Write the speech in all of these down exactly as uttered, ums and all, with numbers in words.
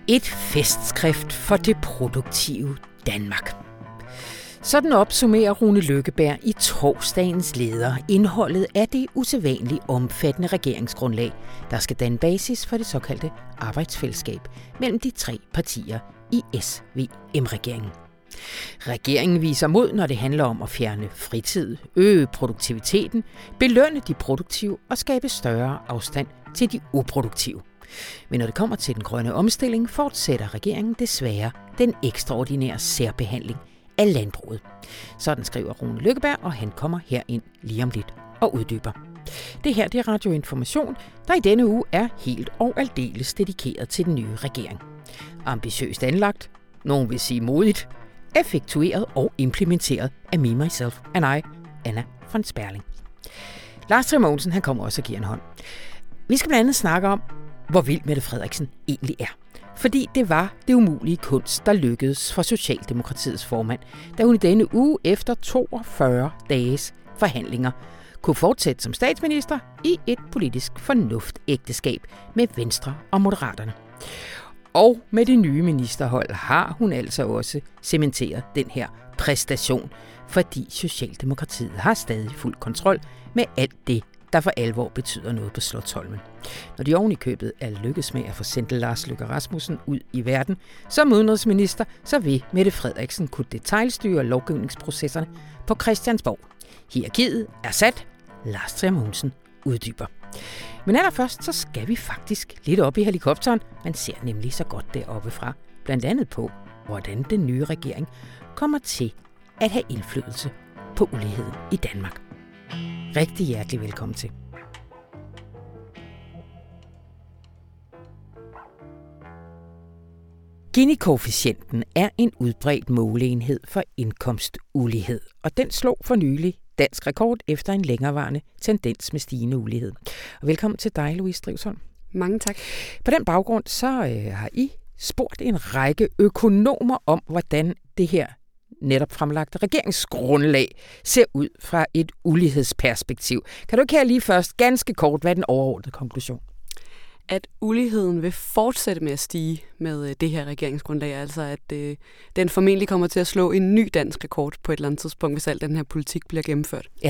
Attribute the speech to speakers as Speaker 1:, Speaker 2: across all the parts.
Speaker 1: Et festskrift for det produktive Danmark. Sådan opsummerer Rune Lykkeberg i torsdagens leder indholdet af det usædvanligt omfattende regeringsgrundlag, der skal danne basis for det såkaldte arbejdsfællesskab mellem de tre partier i S V M-regeringen. Regeringen viser mod, når det handler om at fjerne fritid, øge produktiviteten, belønne de produktive og skabe større afstand til de uproduktive. Men når det kommer til den grønne omstilling, fortsætter regeringen desværre den ekstraordinære særbehandling af landbruget. Sådan skriver Rune Lykkeberg, og han kommer herind lige om lidt og uddyber. Det her det er Radio Information, der i denne uge er helt og aldeles dedikeret til den nye regering. Ambitiøst anlagt, nogen vil sige modigt, effektueret og implementeret af Me, Myself and I, Anna von Sperling. Lars Trier Mogensen, han kommer også og giver en hånd. Vi skal blandt andet snakke om, hvor vild Mette Frederiksen egentlig er. Fordi det var det umulige kunst, der lykkedes for Socialdemokratiets formand, da hun i denne uge efter toogfyrre dages forhandlinger kunne fortsætte som statsminister i et politisk fornuftægteskab med Venstre og Moderaterne. Og med det nye ministerhold har hun altså også cementeret den her præstation, fordi Socialdemokratiet har stadig fuld kontrol med alt det, der for alvor betyder noget på Slotsholmen. Når de oven i købet er lykkes med at få sendt Lars Løkke Rasmussen ud i verden som udenrigsminister, så vil Mette Frederiksen kunne detailstyre lovgivningsprocesserne på Christiansborg. Hierarkiet er sat. Lars Trier Mogensen uddyber. Men allerførst så skal vi faktisk lidt op i helikopteren. Man ser nemlig så godt deroppe fra. Blandt andet på, hvordan den nye regering kommer til at have indflydelse på uligheden i Danmark. Rigtig hjertelig velkommen til. Gini-koefficienten er en udbredt måleenhed for indkomstulighed, og den slog for nylig dansk rekord efter en længerevarende tendens med stigende ulighed. Og velkommen til dig, Louise Drivsholm.
Speaker 2: Mange tak.
Speaker 1: På den baggrund så øh, har I spurgt en række økonomer om, hvordan det her netop fremlagte regeringsgrundlag ser ud fra et ulighedsperspektiv. Kan du ikke her lige først ganske kort, hvad er den overordnede konklusion?
Speaker 2: At uligheden vil fortsætte med at stige med det her regeringsgrundlag, altså at øh, den formentlig kommer til at slå en ny dansk rekord på et eller andet tidspunkt, hvis al den her politik bliver gennemført.
Speaker 1: Ja.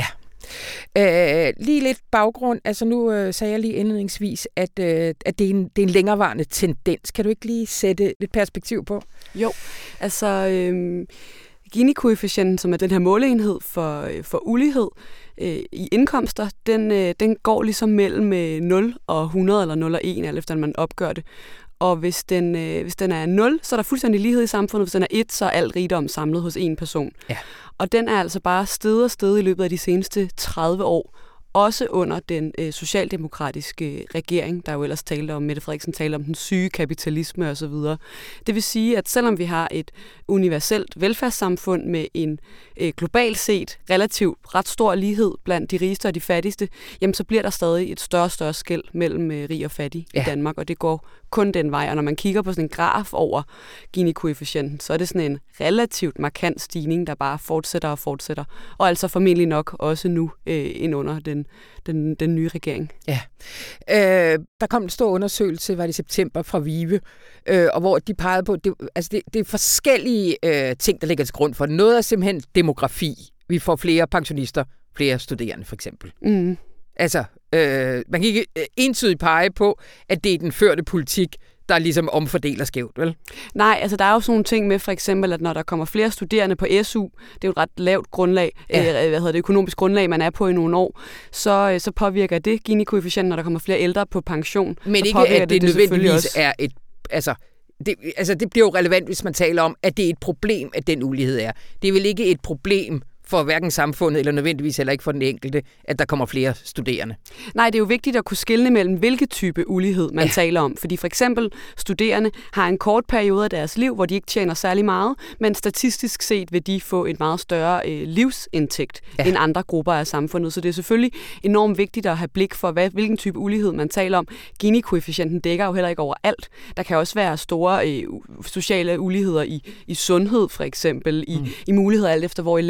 Speaker 1: Øh, lige lidt baggrund, altså nu øh, sagde jeg lige indledningsvis, at, øh, at det, er en, det er en længerevarende tendens. Kan du ikke lige sætte lidt perspektiv på?
Speaker 2: Jo, altså øh, Gini-koefficienten, som er den her måleenhed for, for ulighed øh, i indkomster, den, øh, den går ligesom mellem nul og hundrede eller nul og en, alt efter man opgør det. Og hvis den, øh, hvis den er nul, så er der fuldstændig lighed i samfundet. Hvis den er et, så er alt rigdom samlet hos en person.
Speaker 1: Ja.
Speaker 2: Og den er altså bare steget og steget i løbet af de seneste tredive år. Også under den øh, socialdemokratiske regering, der jo ellers talte om, Mette Frederiksen talte om den syge kapitalisme osv. Det vil sige, at selvom vi har et universelt velfærdssamfund med en øh, globalt set relativt ret stor lighed blandt de rigeste og de fattigste, jamen så bliver der stadig et større og større skel mellem øh, rig og fattig ja. i Danmark, og det går kun den vej. Og når man kigger på sådan en graf over Gini-koefficienten, så er det sådan en relativt markant stigning, der bare fortsætter og fortsætter, og altså formentlig nok også nu øh, ind under den Den, den nye regering.
Speaker 1: Ja. Øh, der kom en stor undersøgelse, var det i september, fra VIVE, øh, og hvor de pegede på, det, altså det, det er forskellige øh, ting, der ligger til grund for det. Noget er simpelthen demografi. Vi får flere pensionister, flere studerende for eksempel.
Speaker 2: Mm.
Speaker 1: Altså, øh, man kan ikke entydigt pege på, at det er den førte politik, der ligesom omfordeler skævt, vel?
Speaker 2: Nej, altså der er jo sådan nogle ting med, for eksempel, at når der kommer flere studerende på S U, det er jo et ret lavt grundlag, ja. øh, hvad hedder det, økonomisk grundlag, man er på i nogle år, så, øh, så påvirker det Gini-koefficienten, når der kommer flere ældre på pension.
Speaker 1: Men ikke, at det, det nødvendigvis også er et, altså, det, altså det bliver jo relevant, hvis man taler om, at det er et problem, at den ulighed er. Det er vel ikke et problem for hverken samfundet eller nødvendigvis heller ikke for den enkelte, at der kommer flere studerende.
Speaker 2: Nej, det er jo vigtigt at kunne skelne mellem, hvilke type ulighed man ja. taler om. Fordi for eksempel studerende har en kort periode af deres liv, hvor de ikke tjener særlig meget, men statistisk set vil de få en meget større øh, livsindtægt ja. end andre grupper af samfundet. Så det er selvfølgelig enormt vigtigt at have blik for, hvad, hvilken type ulighed man taler om. Gini-koefficienten dækker jo heller ikke over alt. Der kan også være store øh, sociale uligheder i, i sundhed, for eksempel, i, mm. i muligheder alt efter, hvor i landet du bliver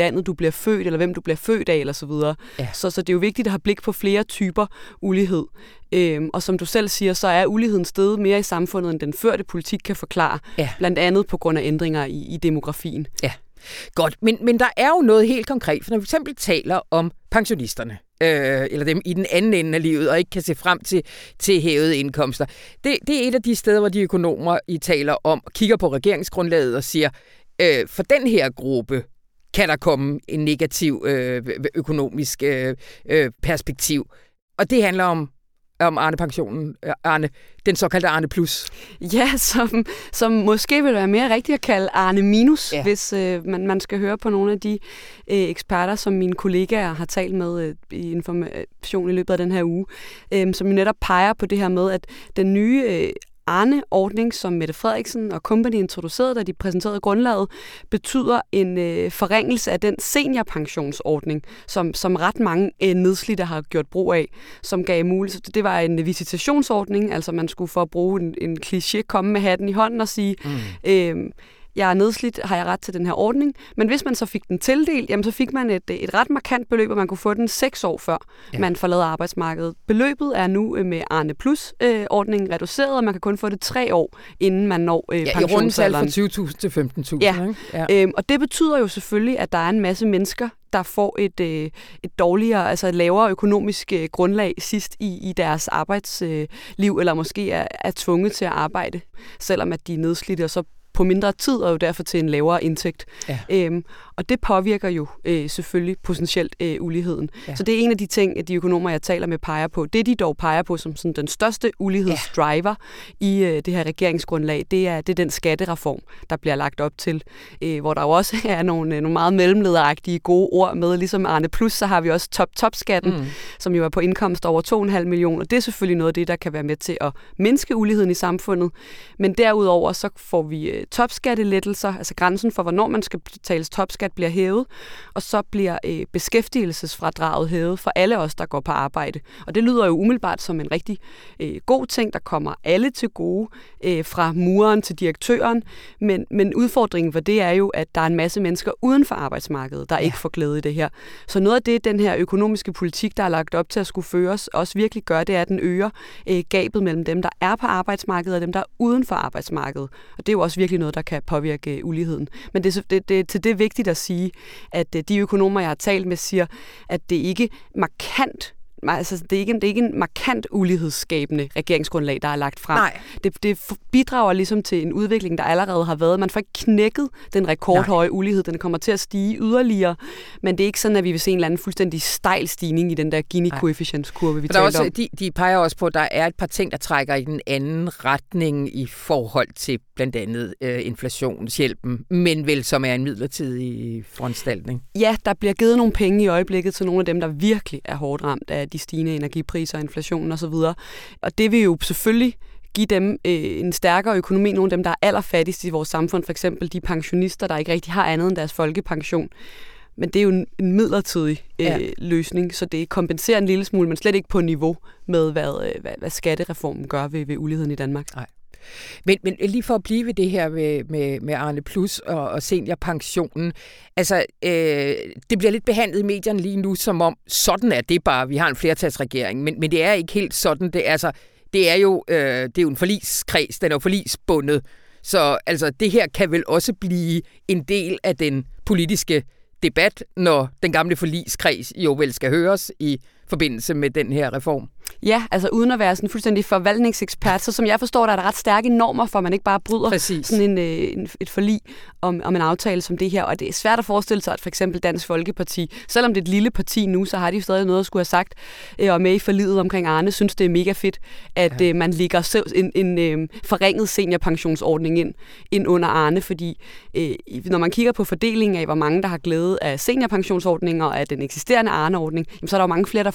Speaker 2: bliver født, eller hvem du bliver født af, eller så videre. Ja. Så, så det er jo vigtigt at have blik på flere typer ulighed. Øhm, og som du selv siger, så er uligheden steget mere i samfundet, end den førte politik kan forklare. Ja. Blandt andet på grund af ændringer i, i demografien.
Speaker 1: Ja, godt. Men, men der er jo noget helt konkret, for når vi for eksempel taler om pensionisterne, øh, eller dem i den anden ende af livet, og ikke kan se frem til, til hævede indkomster. Det, det er et af de steder, hvor de økonomer I taler om, kigger på regeringsgrundlaget og siger, øh, for den her gruppe kan der komme en negativ øh, økonomisk øh, øh, perspektiv. Og det handler om om Arne-pensionen, Arne, den såkaldte Arne Plus.
Speaker 2: Ja, som, som måske vil være mere rigtigt at kalde Arne Minus, ja. hvis øh, man, man skal høre på nogle af de øh, eksperter, som mine kollegaer har talt med øh, i Information i løbet af den her uge, øh, som jo netop peger på det her med, at den nye øh, Arne-ordning, som Mette Frederiksen og company introducerede, da de præsenterede grundlaget, betyder en øh, forringelse af den seniorpensionsordning, som, som ret mange øh, nedslidte har gjort brug af, som gav mulighed. Det var en visitationsordning, altså man skulle for at bruge en, en kliché, komme med hatten i hånden og sige, mm. øh, jeg er nedslidt, har jeg ret til den her ordning. Men hvis man så fik den tildelt, jamen så fik man et, et ret markant beløb, og man kunne få den seks år før ja. man forlader arbejdsmarkedet. Beløbet er nu med Arne Plus-ordningen reduceret, og man kan kun få det tre år, inden man når øh,
Speaker 1: ja,
Speaker 2: pensionsalderen.
Speaker 1: I rundetal fra tyve tusind til femten tusind.
Speaker 2: Ja, ja. Øhm, og det betyder jo selvfølgelig, at der er en masse mennesker, der får et, øh, et dårligere, altså et lavere økonomisk øh, grundlag sidst i, i deres arbejdsliv, øh, eller måske er, er tvunget til at arbejde, selvom at de er nedslidte, og så på mindre tid, og jo derfor til en lavere indtægt. Ja. Øhm, og det påvirker jo øh, selvfølgelig potentielt øh, uligheden. Ja. Så det er en af de ting, at de økonomer, jeg taler med, peger på. Det, de dog peger på som sådan, den største ulighedsdriver ja. i øh, det her regeringsgrundlag, det er, det er den skattereform, der bliver lagt op til, øh, hvor der jo også er nogle, øh, nogle meget mellemlederagtige gode ord med. Ligesom Arne Plus, så har vi også top-top-skatten, mm. som jo er på indkomst over to komma fem millioner. Det er selvfølgelig noget af det, der kan være med til at mindske uligheden i samfundet. Men derudover så får vi øh, topskattelettelser, altså grænsen for, hvornår man skal betales topskat, bliver hævet, og så bliver øh, beskæftigelsesfradraget hævet for alle os, der går på arbejde. Og det lyder jo umiddelbart som en rigtig øh, god ting, der kommer alle til gode, øh, fra mureren til direktøren, men, men udfordringen for det er jo, at der er en masse mennesker uden for arbejdsmarkedet, der ja. ikke får glæde i det her. Så noget af det, den her økonomiske politik, der er lagt op til at skulle føres, også virkelig gør, det er, at den øger øh, gabet mellem dem, der er på arbejdsmarkedet, og dem, der er uden for arbejdsmarkedet. Og det er jo også virkelig noget, der kan påvirke uligheden. Men det, det, det, til det er vigtigt at sige, at de økonomer, jeg har talt med, siger, at det ikke markant Altså, det er, ikke, det er ikke en markant ulighedsskabende regeringsgrundlag, der er lagt frem. Nej. Det, det bidrager ligesom til en udvikling, der allerede har været. Man får ikke knækket den rekordhøje Nej. ulighed. Den kommer til at stige yderligere. Men det er ikke sådan, at vi vil se en eller anden fuldstændig stejl stigning i den der Gini-koefficientskurve, vi taler
Speaker 1: også,
Speaker 2: om.
Speaker 1: De, de peger også på, at der er et par ting, der trækker i den anden retning i forhold til blandt andet øh, inflationshjælpen, men vel som er en midlertidig foranstaltning.
Speaker 2: Ja, der bliver givet nogle penge i øjeblikket til nogle af dem, der virkelig er hårdt ramt af de stigende energipriser, inflationen osv. Og det vil jo selvfølgelig give dem øh, en stærkere økonomi, nogle af dem, der er allerfattigst i vores samfund, for eksempel de pensionister, der ikke rigtig har andet end deres folkepension. Men det er jo en, en midlertidig øh, ja. løsning, så det kompenserer en lille smule, men slet ikke på niveau med, hvad, øh, hvad, hvad skattereformen gør ved, ved uligheden i Danmark.
Speaker 1: Nej. Men, men lige for at blive ved det her med, med, med Arne Plus og, og seniorpensionen, altså øh, det bliver lidt behandlet i medierne lige nu, som om sådan er det bare, vi har en flertalsregering, men, men det er ikke helt sådan. Det, altså, det, er jo, øh, det er jo en forligskreds, den er jo forligsbundet, så altså, det her kan vel også blive en del af den politiske debat, når den gamle forligskreds jo vel skal høres i forbindelse med den her reform.
Speaker 2: Ja, altså uden at være sådan fuldstændig forvaltningsekspert, så som jeg forstår, der er der ret stærke normer for, at man ikke bare bryder Præcis. sådan en, en, et forlig om, om en aftale som det her. Og det er svært at forestille sig, at for eksempel Dansk Folkeparti, selvom det er et lille parti nu, så har de jo stadig noget at skulle have sagt, øh, og med i forliget omkring Arne, synes det er mega fedt, at ja. øh, man lægger en, en øh, forringet seniorpensionsordning ind, ind under Arne, fordi øh, når man kigger på fordelingen af, hvor mange der har glæde af seniorpensionsordninger og af den eksisterende Arne-ordning, så er der jo mange flere, der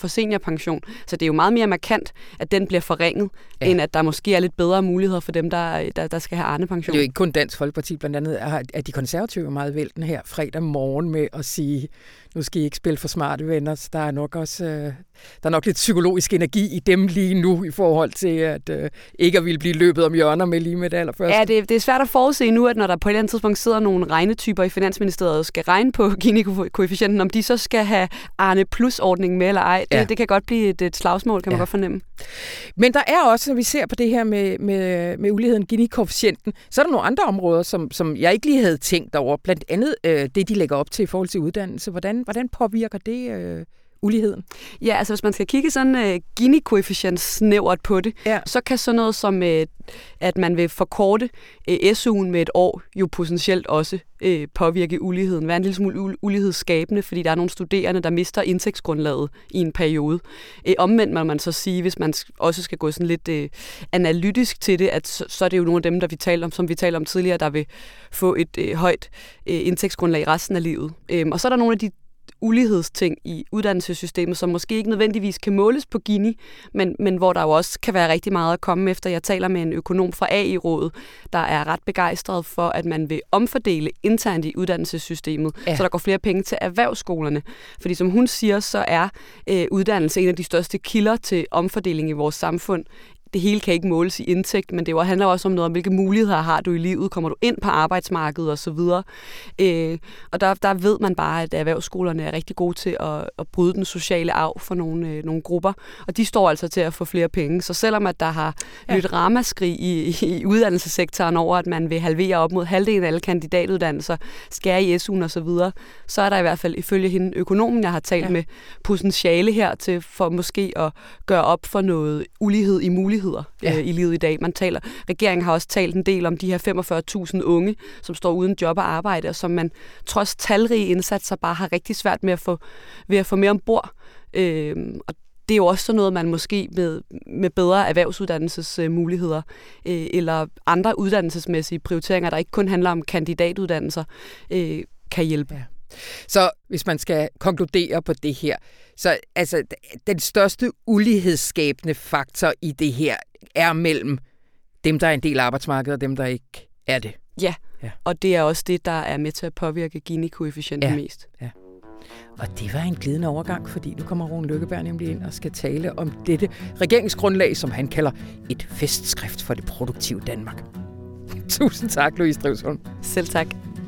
Speaker 2: for seniorpension. Så det er jo meget mere markant, at den bliver forringet, ja. end at der måske er lidt bedre muligheder for dem, der, der, der skal have Arne-pension.
Speaker 1: Det er jo ikke kun Dansk Folkeparti, blandt andet er de konservative meget vælten her fredag morgen med at sige, nu skal I ikke spille for smarte venner, så der er nok også øh, der er nok lidt psykologisk energi i dem lige nu, i forhold til at øh, ikke at ville blive løbet om hjørner med lige med det allerførste.
Speaker 2: Ja, det, det er svært at forudse nu, at når der på et eller andet tidspunkt sidder nogle regnetyper i Finansministeriet og skal regne på Gini-koefficienten, om de så skal have Arne Plus-ordningen med eller ej. Det, ja. det kan godt blive et, et slagsmål, kan man ja. godt fornemme.
Speaker 1: Men der er også, når vi ser på det her med, med, med uligheden, Gini-koefficienten, så er der nogle andre områder, som, som jeg ikke lige havde tænkt over. Blandt andet øh, det, de lægger op til i forhold til uddannelse. Hvordan, hvordan påvirker det øh, uligheden?
Speaker 2: Ja, altså hvis man skal kigge sådan uh, Gini-koefficient snævert på det, ja. så kan sådan noget som, uh, at man vil forkorte uh, S U'en med et år, jo potentielt også uh, påvirke uligheden. Være en lille smule u- ulighedsskabende, fordi der er nogle studerende, der mister indtægtsgrundlaget i en periode. Uh, omvendt må man så sige, hvis man også skal gå sådan lidt uh, analytisk til det, at så, så er det jo nogle af dem, der vi talte om, som vi talte om tidligere, der vil få et uh, højt uh, indtægtsgrundlag resten af livet. Uh, og så er der nogle af de ulighedsting i uddannelsessystemet, som måske ikke nødvendigvis kan måles på Gini, men, men hvor der jo også kan være rigtig meget at komme efter. Jeg taler med en økonom fra A I-rådet, der er ret begejstret for, at man vil omfordele internt i uddannelsessystemet, ja. så der går flere penge til erhvervsskolerne. Fordi som hun siger, så er øh, uddannelse en af de største kilder til omfordeling i vores samfund. Det hele kan ikke måles i indtægt, men det jo handler også om noget om, hvilke muligheder har du i livet, kommer du ind på arbejdsmarkedet osv. Øh, og der, der ved man bare, at erhvervsskolerne er rigtig gode til at, at bryde den sociale arv for nogle, øh, nogle grupper, og de står altså til at få flere penge. Så selvom at der har ja. lyttet ramaskrig i, i uddannelsessektoren over, at man vil halvere op mod halvdelen af alle kandidatuddannelser, skære i S U'en osv., så, så er der i hvert fald ifølge hende økonomen, jeg har talt ja. med, potentiale her til for måske at gøre op for noget ulighed i muligheder. Ja. Øh, i livet i dag. Man taler, regeringen har også talt en del om de her femogfyrre tusind unge, som står uden job og arbejde, og som man trods talrige indsatser bare har rigtig svært med at få, ved at få mere ombord. Øh, og det er jo også sådan noget, man måske med, med bedre erhvervsuddannelsesmuligheder øh, eller andre uddannelsesmæssige prioriteringer, der ikke kun handler om kandidatuddannelser, øh, kan hjælpe. Ja.
Speaker 1: Så hvis man skal konkludere på det her, så altså den største ulighedsskabende faktor i det her er mellem dem, der er en del af arbejdsmarkedet, og dem, der ikke er det.
Speaker 2: Ja, ja. Og det er også det, der er med til at påvirke Gini-koefficienten
Speaker 1: ja.
Speaker 2: mest.
Speaker 1: Ja. Og det var en glidende overgang, fordi nu kommer Rune Lykkeberg nemlig ind og skal tale om dette regeringsgrundlag, som han kalder et festskrift for det produktive Danmark. Tusind tak, Louise Drivsholm.
Speaker 2: Selv tak.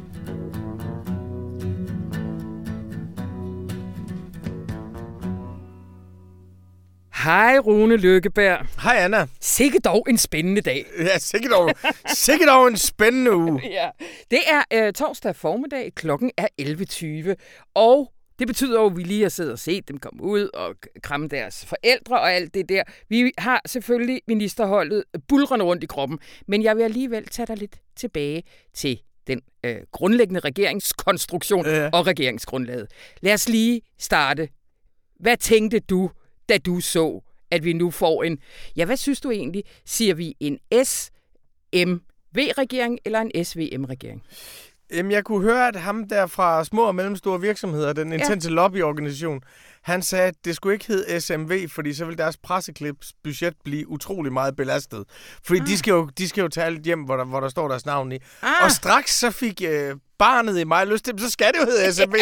Speaker 1: Hej Rune Lykkeberg.
Speaker 3: Hej Anna.
Speaker 1: Sikke dog en spændende dag.
Speaker 3: Ja, sikke dog, sikke dog en spændende uge.
Speaker 1: Ja. Det er øh, torsdag formiddag, klokken er elleve tyve, og det betyder jo, at vi lige har siddet og set dem komme ud og kramme deres forældre og alt det der. Vi har selvfølgelig ministerholdet bulrende rundt i kroppen, men jeg vil alligevel tage dig lidt tilbage til den øh, grundlæggende regeringskonstruktion ja. og regeringsgrundlaget. Lad os lige starte. Hvad tænkte du, da du så, at vi nu får en, ja, hvad synes du egentlig, siger vi en S M V-regering eller en S V M-regering?
Speaker 3: Jamen, jeg kunne høre, at ham der fra små og mellemstore virksomheder, den intense ja. lobbyorganisation, han sagde, at det skulle ikke hedde S M V, fordi så ville deres presseklips budget blive utrolig meget belastet. Fordi ah. de, skal jo, de skal jo tage alt hjem, hvor der, hvor der står deres navn i. Ah. Og straks så fik øh, barnet i mig lyst til, så skal det jo hedde S M V.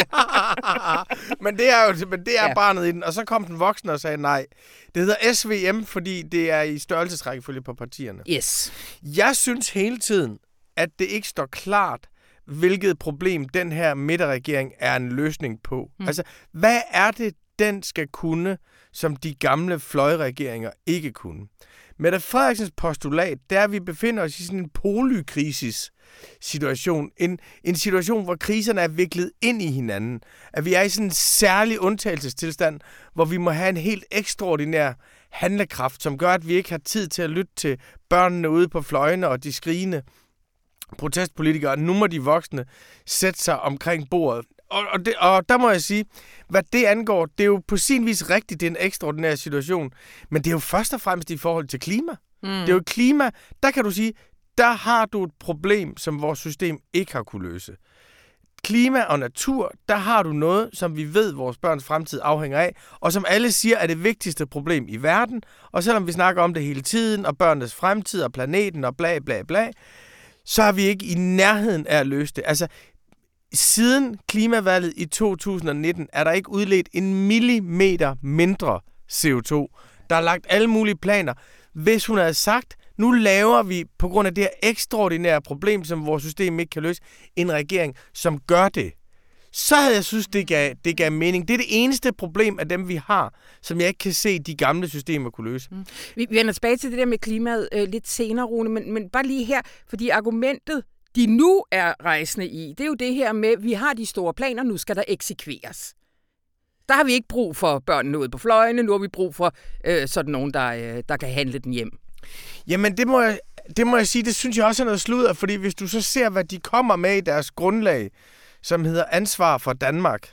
Speaker 3: men det er jo men det er ja. barnet i den. Og så kom den voksne og sagde nej. Det hedder S V M, fordi det er i størrelsesrækkefølge på partierne.
Speaker 1: Yes.
Speaker 3: Jeg synes hele tiden, at det ikke står klart, hvilket problem den her midterregering er en løsning på. Mm. Altså, hvad er det, den skal kunne, som de gamle fløjregeringer ikke kunne? Mette Frederiksens postulat, det er, at vi befinder os i sådan en polykrisis-situation. En, en situation, hvor kriserne er viklet ind i hinanden. At vi er i sådan en særlig undtagelsestilstand, hvor vi må have en helt ekstraordinær handlekraft, som gør, at vi ikke har tid til at lytte til børnene ude på fløjene og de skrigende protestpolitikere. Nu må de voksne sætte sig omkring bordet. Og, og, det, og der må jeg sige, hvad det angår, det er jo på sin vis rigtigt, det er en ekstraordinær situation, men det er jo først og fremmest i forhold til klima. Mm. Det er jo klima, der kan du sige, der har du et problem, som vores system ikke har kunne løse. klima og natur, der har du noget, som vi ved, vores børns fremtid afhænger af, og som alle siger er det vigtigste problem i verden. Og selvom vi snakker om det hele tiden, og børnenes fremtid og planeten og bla bla bla, så er vi ikke i nærheden af at løse det. Altså, siden klimavalget i to tusind nitten er der ikke udledt en millimeter mindre C O to. Der er lagt alle mulige planer. Hvis hun havde sagt, nu laver vi på grund af det her ekstraordinære problem, som vores system ikke kan løse, en regering, som gør det, så havde jeg synes, det gav, det gav mening. Det er det eneste problem af dem, vi har, som jeg ikke kan se, de gamle systemer kunne løse.
Speaker 1: Mm. Vi vender tilbage til det der med klimaet øh, lidt senere, Rune, men, men bare lige her, fordi argumentet, de nu er rejsende i, det er jo det her med, vi har de store planer, nu skal der eksekveres. Der har vi ikke brug for børnene ude på fløjene, nu har vi brug for øh, sådan nogen, der, øh, der kan handle den hjem.
Speaker 3: Jamen, det må, jeg, det må jeg sige, det synes jeg også er noget sludder, fordi hvis du så ser, hvad de kommer med i deres grundlag, som hedder ansvar for Danmark.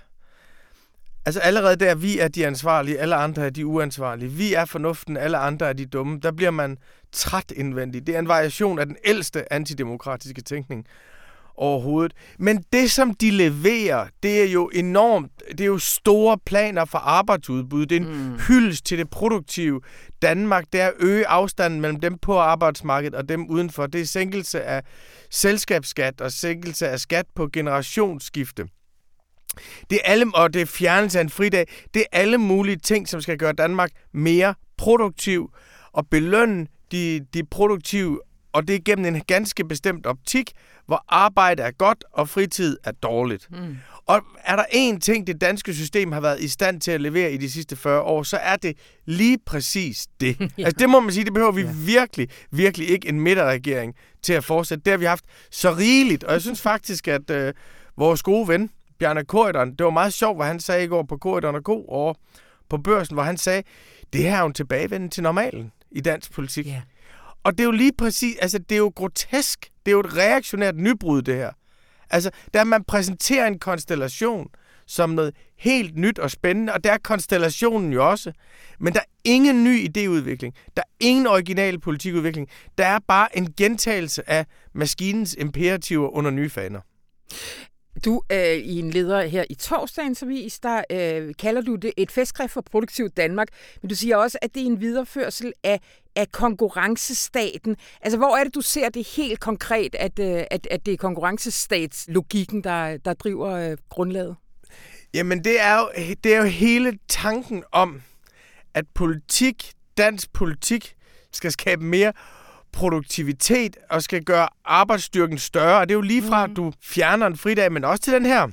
Speaker 3: Altså allerede der, vi er de ansvarlige, alle andre er de uansvarlige. Vi er fornuften, alle andre er de dumme. Der bliver man træt indvendigt. Det er en variation af den ældste antidemokratiske tænkning overhovedet. Men det, som de leverer, det er jo enormt. Det er jo store planer for arbejdsudbud. Det er en mm. hyldest til det produktive Danmark. Det er at øge afstanden mellem dem på arbejdsmarkedet og dem udenfor. Det er sænkelse af selskabsskat og sænkelse af skat på generationsskifte. Det er alle, og det er fjernelse af en fridag. Det er alle mulige ting, som skal gøre Danmark mere produktiv og belønne de, de produktive, og det er gennem en ganske bestemt optik, hvor arbejde er godt og fritid er dårligt. Mm. Og er der én ting, det danske system har været i stand til at levere i de sidste fyrre år, så er det lige præcis det. ja. Altså det må man sige, det behøver vi ja. virkelig, virkelig ikke en midterregering til at fortsætte. Det har vi haft så rigeligt, og jeg synes faktisk, at øh, vores gode ven, Bjarne Corydon, det var meget sjovt, hvad han sagde i går på Corydon og Go over på Børsen, hvor han sagde, det her er jo en tilbagevenden til normalen i dansk politik. Yeah. Og det er jo lige præcis, altså det er jo grotesk, det er jo et reaktionært nybrud det her. Altså, der man præsenterer en konstellation som noget helt nyt og spændende, og der er konstellationen jo også. Men der er ingen ny idéudvikling, der er ingen original politikudvikling, der er bare en gentagelse af maskinens imperativer under nye faner.
Speaker 1: Du, øh, i en leder her i Torsdagens Avis, der øh, kalder du det et festskrift for produktiv Danmark, men du siger også, at det er en videreførsel af, af konkurrencestaten. Altså, hvor er det, du ser det helt konkret, at, øh, at, at det er konkurrencestatslogikken, der, der driver øh, grundlaget?
Speaker 3: Jamen, det er, jo, det er jo hele tanken om, at politik, dansk politik, skal skabe mere produktivitet og skal gøre arbejdsstyrken større. Og det er jo lige fra, at du fjerner en fridag, men også til den her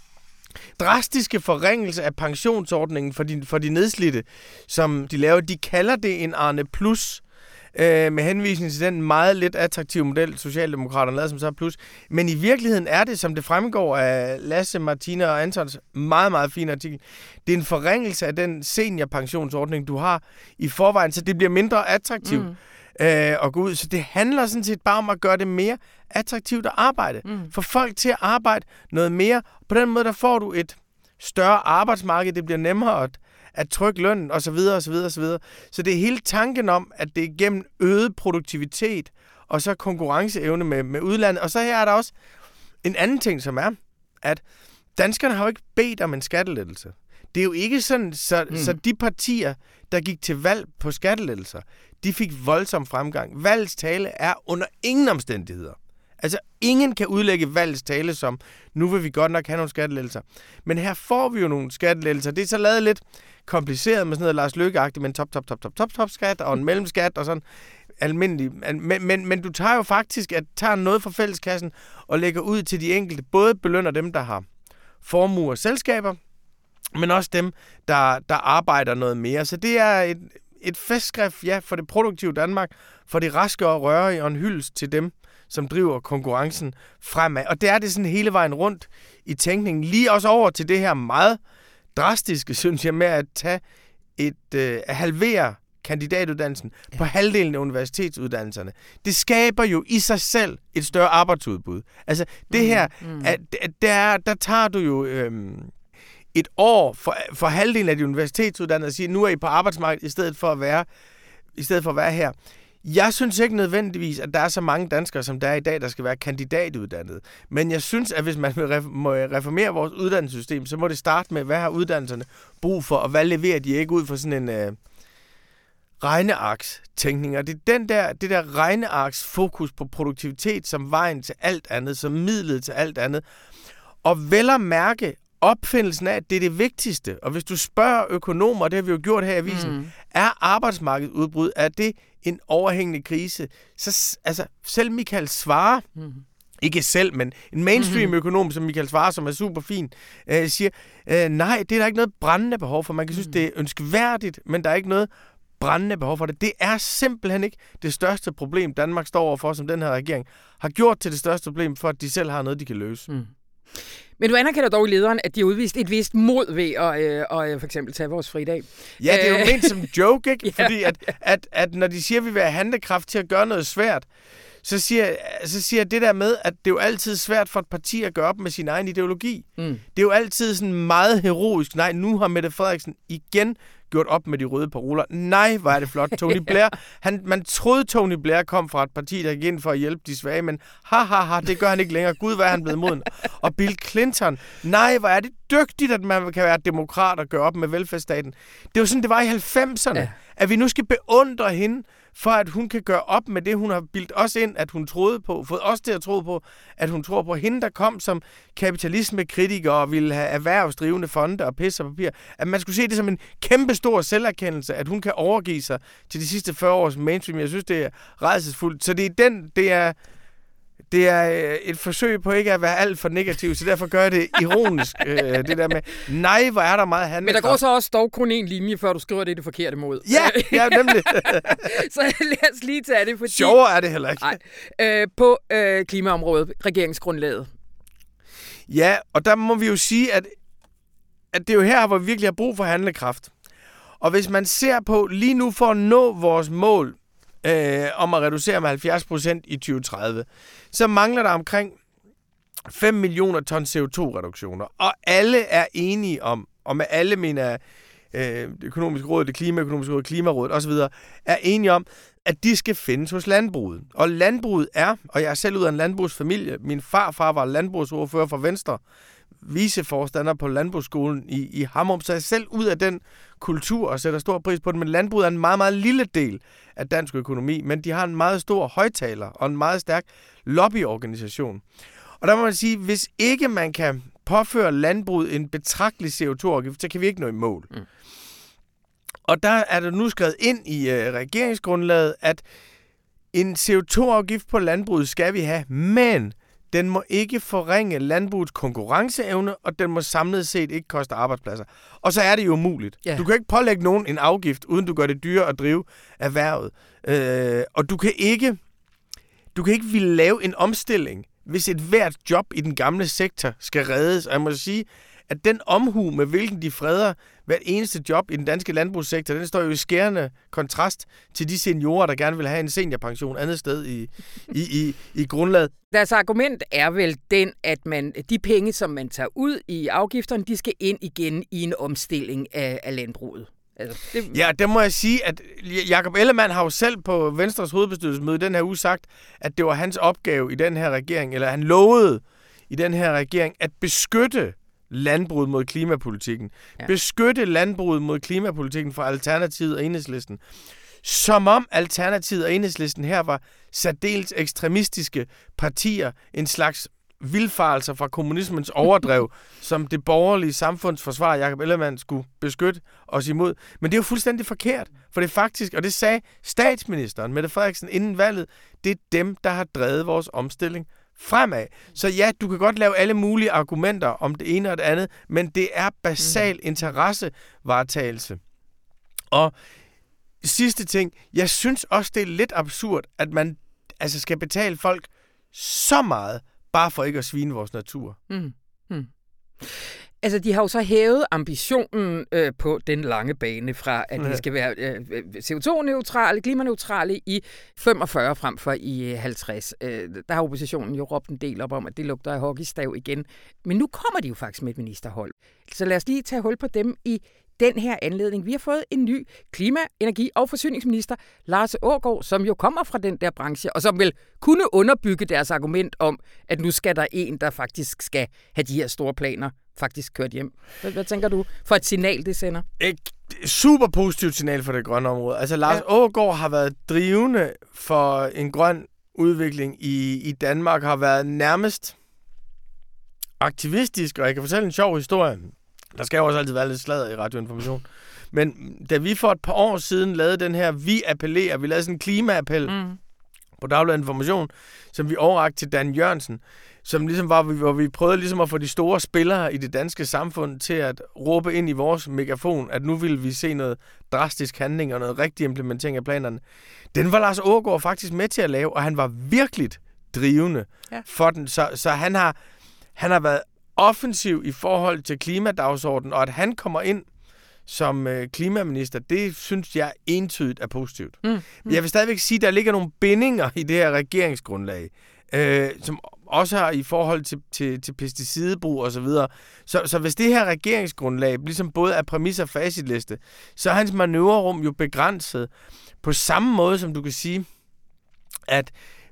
Speaker 3: drastiske forringelse af pensionsordningen for de, for de nedslidte, som de laver. De kalder det en Arne Plus, øh, med henvisning til den meget lidt attraktive model, Socialdemokraterne lavede som så plus. Men i virkeligheden er det, som det fremgår af Lasse, Martina og Antons meget, meget fine artikel, det er en forringelse af den seniorpensionsordning, du har i forvejen, så det bliver mindre attraktivt. Mm. Øh, og gå ud. Så det handler sådan set bare om at gøre det mere attraktivt at arbejde. Mm. Få folk til at arbejde noget mere. På den måde, der får du et større arbejdsmarked. Det bliver nemmere at, at trykke lønnen, og så videre, og så videre, og så videre. Så det er hele tanken om, at det er gennem øget produktivitet, og så konkurrenceevne med, med udlandet. Og så her er der også en anden ting, som er, at danskerne har jo ikke bedt om en skattelettelse. Det er jo ikke sådan, så, mm. så de partier, der gik til valg på skattelettelser, de fik voldsom fremgang. Valgets tale er under ingen omstændigheder. Altså, ingen kan udlægge valgets tale som, nu vil vi godt nok have nogle skattelettelser. Men her får vi jo nogle skattelettelser. Det er så lavet lidt kompliceret med sådan noget Lars Løkke-agtigt, med en top, top, top, top, top, top skat og en mellemskat og sådan almindelig. Men, men, men du tager jo faktisk, at tager noget fra fælleskassen og lægger ud til de enkelte. Både belønner dem, der har formuer og selskaber, men også dem, der, der arbejder noget mere. Så det er et, et festskrift, ja, for det produktive Danmark, for det raske og rørige, og en hyldest til dem, som driver konkurrencen fremad. Og det er det sådan hele vejen rundt i tænkningen. Lige også over til det her meget drastiske, synes jeg, med at tage et, øh, at halvere kandidatuddannelsen ja. på halvdelen af universitetsuddannelserne. Det skaber jo i sig selv et større arbejdsudbud. Altså det mm, her, mm. At, at der, der tager du jo øhm, et år for, for halvdelen af de universitetsuddannede og siger, nu er I på arbejdsmarkedet i stedet for at være, i stedet for at være her. Jeg synes ikke nødvendigvis, at der er så mange danskere, som der er i dag, der skal være kandidatuddannede. Men jeg synes, at hvis man vil reformere vores uddannelsessystem, så må det starte med, hvad har uddannelserne brug for, og hvad leverer de ikke ud for sådan en øh, regnearks-tænkning. Og det er den der, det der regnearks-fokus på produktivitet som vejen til alt andet, som midlet til alt andet. Og vel at mærke opfindelsen af, at det er det vigtigste. Og hvis du spørger økonomer, det har vi jo gjort her i avisen, mm. er arbejdsmarkedsudbrud, er det en overhængende krise? Så altså, selv Michael Svarer, mm. ikke selv, men en mainstream-økonom som Michael Svarer, som er super fin, øh, siger, øh, nej, det er der ikke noget brændende behov for. Man kan synes, mm. det er ønskværdigt, men der er ikke noget brændende behov for det. Det er simpelthen ikke det største problem, Danmark står overfor, som den her regering har gjort til det største problem, for at de selv har noget, de kan løse. Mm.
Speaker 1: Men du anerkender dog i lederen, at de har udvist et vist mod ved at, øh, at for eksempel tage vores fridag.
Speaker 3: Ja, det er jo ment som joke, ikke? Ja. Fordi at, at, at når de siger, at vi vil have handlekraft til at gøre noget svært, så siger, så siger det der med, at det er jo altid svært for et parti at gøre op med sin egen ideologi. Mm. Det er jo altid sådan meget heroisk. Nej, nu har Mette Frederiksen igen gjort op med de røde paroler. Nej, hvor er det flot. Tony Blair, han, man troede, Tony Blair kom fra et parti, der gik ind for at hjælpe de svage, men ha, ha, ha, det gør han ikke længere. Gud, hvad er han blevet moden. Og Bill Clinton, nej, hvor er det dygtigt, at man kan være demokrat og gøre op med velfærdsstaten. Det var sådan, det var i halvfemserne, ja. At vi nu skal beundre hende, for at hun kan gøre op med det, hun har bildt os ind, at hun troede på, fået os til at tro på, at hun tror på hende, der kom som kapitalismekritiker og ville have erhvervsdrivende fonde og pis og papir. At man skulle se det som en kæmpe stor selverkendelse, at hun kan overgive sig til de sidste fyrre års mainstream. Jeg synes, det er rædselsfuldt. Så det er den, det er, det er et forsøg på ikke at være alt for negativ, så derfor gør jeg det ironisk, øh, det der med, nej, hvor er der meget handlekraft.
Speaker 1: Men der går så også dog kun en linje, før du skriver det det forkerte mod.
Speaker 3: Ja, ja, nemlig.
Speaker 1: Så lad os lige tage det, fordi...
Speaker 3: Sjovere er det heller ikke.
Speaker 1: Nej. Øh, på øh, klimaområdet, regeringsgrundlaget.
Speaker 3: Ja, og der må vi jo sige, at, at det er jo her, hvor vi virkelig har brug for handlekraft. Og hvis man ser på lige nu for at nå vores mål, Øh, om at reducere med halvfjerds procent i tyve tredive, så mangler der omkring fem millioner ton C O to reduktioner. Og alle er enige om, og med alle mener øh, det økonomiske råd, det klimaøkonomiske råd, klimarådet osv., er enige om, at de skal findes hos landbruget. Og landbruget er, og jeg er selv ud af en landbrugsfamilie, min farfar var landbrugsordfører for Venstre, viceforstander på landbrugsskolen i, i Hammerup, så jeg er selv ud af den kultur og sætter stor pris på det. Men landbruget er en meget, meget lille del af dansk økonomi, men de har en meget stor højtaler og en meget stærk lobbyorganisation. Og der må man sige, hvis ikke man kan påføre landbruget en betragtelig C O to afgift, så kan vi ikke nå i mål. Mm. Og der er der nu skrevet ind i øh, regeringsgrundlaget, at en C O to afgift på landbruget skal vi have, men den må ikke forringe landbrugets konkurrenceevne, og den må samlet set ikke koste arbejdspladser. Og så er det jo umuligt. Yeah. Du kan ikke pålægge nogen en afgift, uden du gør det dyrere at drive erhvervet. Øh, og du kan ikke, du kan ikke ville lave en omstilling, hvis et hvert job i den gamle sektor skal reddes. Og jeg må sige, at den omhu, med hvilken de freder hvert eneste job i den danske landbrugssektor, den står jo i skærende kontrast til de seniorer, der gerne vil have en seniorpension andet sted i, i, i, i grundlaget.
Speaker 1: Deres argument er vel den, at man, de penge, som man tager ud i afgifterne, de skal ind igen i en omstilling af, af landbruget. Altså, det...
Speaker 3: Ja, det må jeg sige, at Jakob Ellemann har jo selv på Venstres hovedbestyrelsesmøde den her uge sagt, at det var hans opgave i den her regering, eller han lovede i den her regering, at beskytte landbruget mod klimapolitikken. Ja. Beskytte landbruget mod klimapolitikken fra Alternativet og Enhedslisten. Som om Alternativet og Enhedslisten her var særdeles ekstremistiske partier, en slags vildfarelser fra kommunismens overdrev, som det borgerlige samfundsforsvar Jakob Ellemann skulle beskytte os imod. Men det er jo fuldstændig forkert, for det er faktisk, og det sagde statsministeren Mette Frederiksen inden valget, det er dem, der har drevet vores omstilling fremad. Så ja, du kan godt lave alle mulige argumenter om det ene og det andet, men det er basal interessevaretagelse. Og sidste ting, jeg synes også, det er lidt absurd, at man altså skal betale folk så meget, bare for ikke at svine vores natur. Mm. Mm.
Speaker 1: Altså, de har jo så hævet ambitionen øh, på den lange bane fra, at ja. de skal være øh, C O to neutrale, klimaneutrale i femogfyrre frem for i halvtreds. Øh, der har oppositionen jo råbt en del op om, at det lugter af hockeystav igen. Men nu kommer de jo faktisk med et ministerhold. Så lad os lige tage hul på dem i den her anledning. Vi har fået en ny klima-, energi- og forsyningsminister, Lars Aagaard, som jo kommer fra den der branche, og som vil kunne underbygge deres argument om, at nu skal der en, der faktisk skal have de her store planer faktisk kørt hjem. Hvad, hvad tænker du for et signal, det sender?
Speaker 3: Et super positivt signal for det grønne område. Altså, Lars ja. Aagaard har været drivende for en grøn udvikling i, i Danmark, har været nærmest aktivistisk, og jeg kan fortælle en sjov historie. Der skal jo også altid være lidt sladder i radioinformation. Men da vi for et par år siden lavede den her Vi appellerer, vi lavede sådan en klimaappel mm. på Dagbladet Information, som vi overrakte til Dan Jørgensen, som ligesom var, hvor vi prøvede ligesom at få de store spillere i det danske samfund til at råbe ind i vores megafon, at nu ville vi se noget drastisk handling og noget rigtig implementering af planerne. Den var Lars Aagaard faktisk med til at lave, og han var virkelig drivende ja. for den. Så, så han har Han har været offensiv i forhold til klimadagsordenen, og at han kommer ind som øh, klimaminister, det synes jeg entydigt er positivt. Mm, mm. Jeg vil stadigvæk sige, at der ligger nogle bindinger i det her regeringsgrundlag, øh, som også har i forhold til, til, til pesticidbrug og så videre. Så, så hvis det her regeringsgrundlag ligesom både er præmis og facitliste, så er hans manøvrerum jo begrænset på samme måde, som du kan sige, at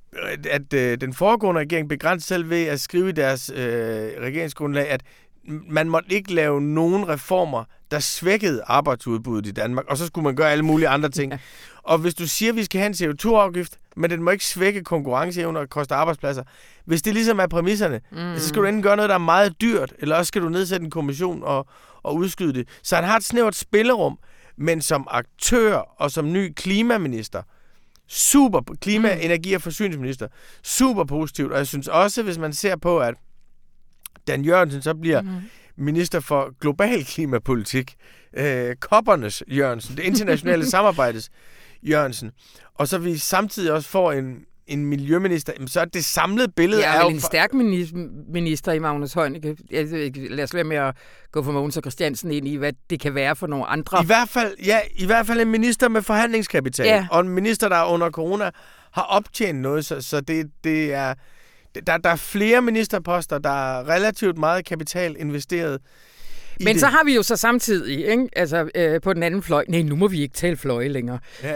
Speaker 3: at øh, den foregående regering begrænsede selv ved at skrive i deres øh, regeringsgrundlag, at man måtte ikke lave nogen reformer, der svækkede arbejdsudbuddet i Danmark, og så skulle man gøre alle mulige andre ting. Ja. Og hvis du siger, at vi skal have en C O to afgift, men den må ikke svække konkurrenceevne og koste arbejdspladser, hvis det ligesom er præmisserne, mm. så skal du enten gøre noget, der er meget dyrt, eller også skal du nedsætte en kommission og, og udskyde det. Så han har et snævert spillerum, men som aktør og som ny klimaminister, super klima-, mm. energi- og forsyningsminister. Super positivt. Og jeg synes også, hvis man ser på, at Dan Jørgensen så bliver mm. minister for global klimapolitik, øh, koppernes Jørgensen, det internationale samarbejdes Jørgensen, og så vi samtidig også får en, en miljøminister, så er det samlede billede
Speaker 1: ja,
Speaker 3: er jo...
Speaker 1: en stærk minister i Magnus Heunicke. Lad os lade med at gå for Mogens og Christiansen ind i, hvad det kan være for nogle andre.
Speaker 3: I hvert fald, ja, i hvert fald en minister med forhandlingskapital, ja. og en minister, der under corona har optjent noget, så, så det, det er... Der, der er flere ministerposter, der er relativt meget kapital investeret i
Speaker 1: Men
Speaker 3: det.
Speaker 1: Så har vi jo så samtidig, ikke? Altså øh, på den anden fløj, nej, nu må vi ikke tale fløje længere.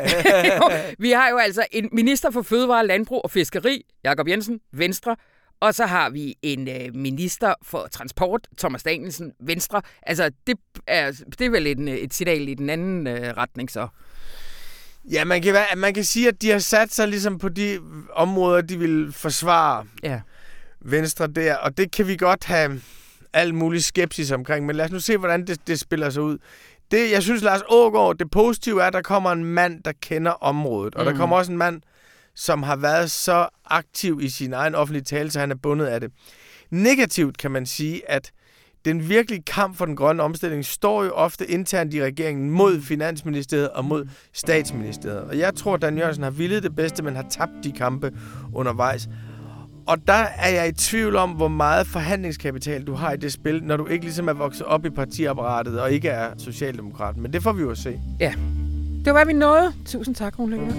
Speaker 1: Vi har jo altså en minister for fødevare, landbrug og fiskeri, Jakob Jensen, Venstre, og så har vi en øh, minister for transport, Thomas Danielsen, Venstre. Altså det er, det er vel en, et signal i den anden øh, retning så.
Speaker 3: Ja, man kan, man kan sige, at de har sat sig ligesom på de områder, de vil forsvare ja. Venstre der, og det kan vi godt have alt muligt skepsis omkring, men lad os nu se, hvordan det, det spiller sig ud. Det, jeg synes, Lars Aagaard, det positive er, at der kommer en mand, der kender området, og mm. der kommer også en mand, som har været så aktiv i sin egen offentlige tale, så han er bundet af det. Negativt kan man sige, at den virkelige kamp for den grønne omstilling står jo ofte internt i regeringen mod Finansministeriet og mod Statsministeriet. Og jeg tror, at Dan Jørgensen har villet det bedste, men har tabt de kampe undervejs. Og der er jeg i tvivl om, hvor meget forhandlingskapital du har i det spil, når du ikke ligesom er vokset op i partiapparatet og ikke er socialdemokrat. Men det får vi jo at se.
Speaker 1: Ja, det var hvad vi nåede. Tusind tak, Rune Lykkeberg.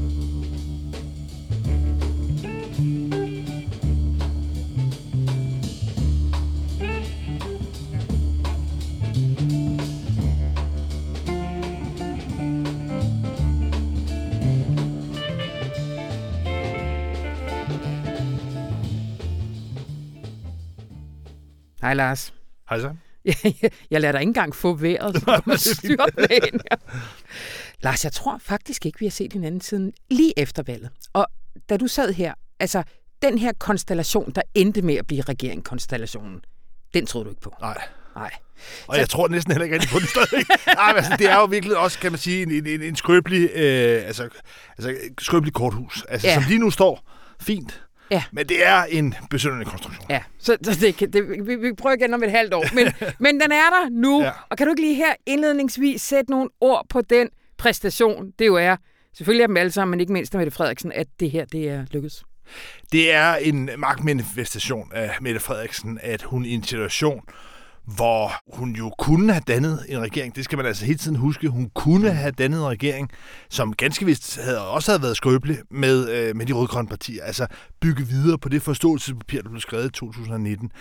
Speaker 1: Hej Lars.
Speaker 4: Hej så.
Speaker 1: Jeg lader dig ikke engang få vejret, så kommer styrtlægen. Lars, jeg tror faktisk ikke, vi har set hinanden siden lige efter valget. Og da du sad her, altså den her konstellation, der endte med at blive regeringskonstellationen, den troede du ikke på?
Speaker 4: Nej.
Speaker 1: Nej.
Speaker 4: Og så... jeg tror næsten heller ikke rigtig på den stadig. Nej, altså, det er jo virkelig også, kan man sige, en, en, en skrøbelig, øh, altså, altså, skrøbelig korthus. Altså, ja. Som lige nu står, fint. Ja. Men det er en besynderlig konstruktion.
Speaker 1: Ja, så, så det, det, vi, vi prøver igen om et halvt år. Men, men den er der nu. Ja. Og kan du ikke lige her indledningsvis sætte nogle ord på den præstation, det jo er, selvfølgelig er dem alle sammen, men ikke mindst af Mette Frederiksen, at det her, det er lykkedes?
Speaker 4: Det er en magtmanifestation af Mette Frederiksen, at hun i en situation, hvor hun jo kunne have dannet en regering. Det skal man altså hele tiden huske. Hun kunne have dannet en regering, som ganske vist havde, også havde været skrøbelig med, øh, med de rød-grønne partier. Altså bygge videre på det forståelsespapir, der blev skrevet i to tusind nitten.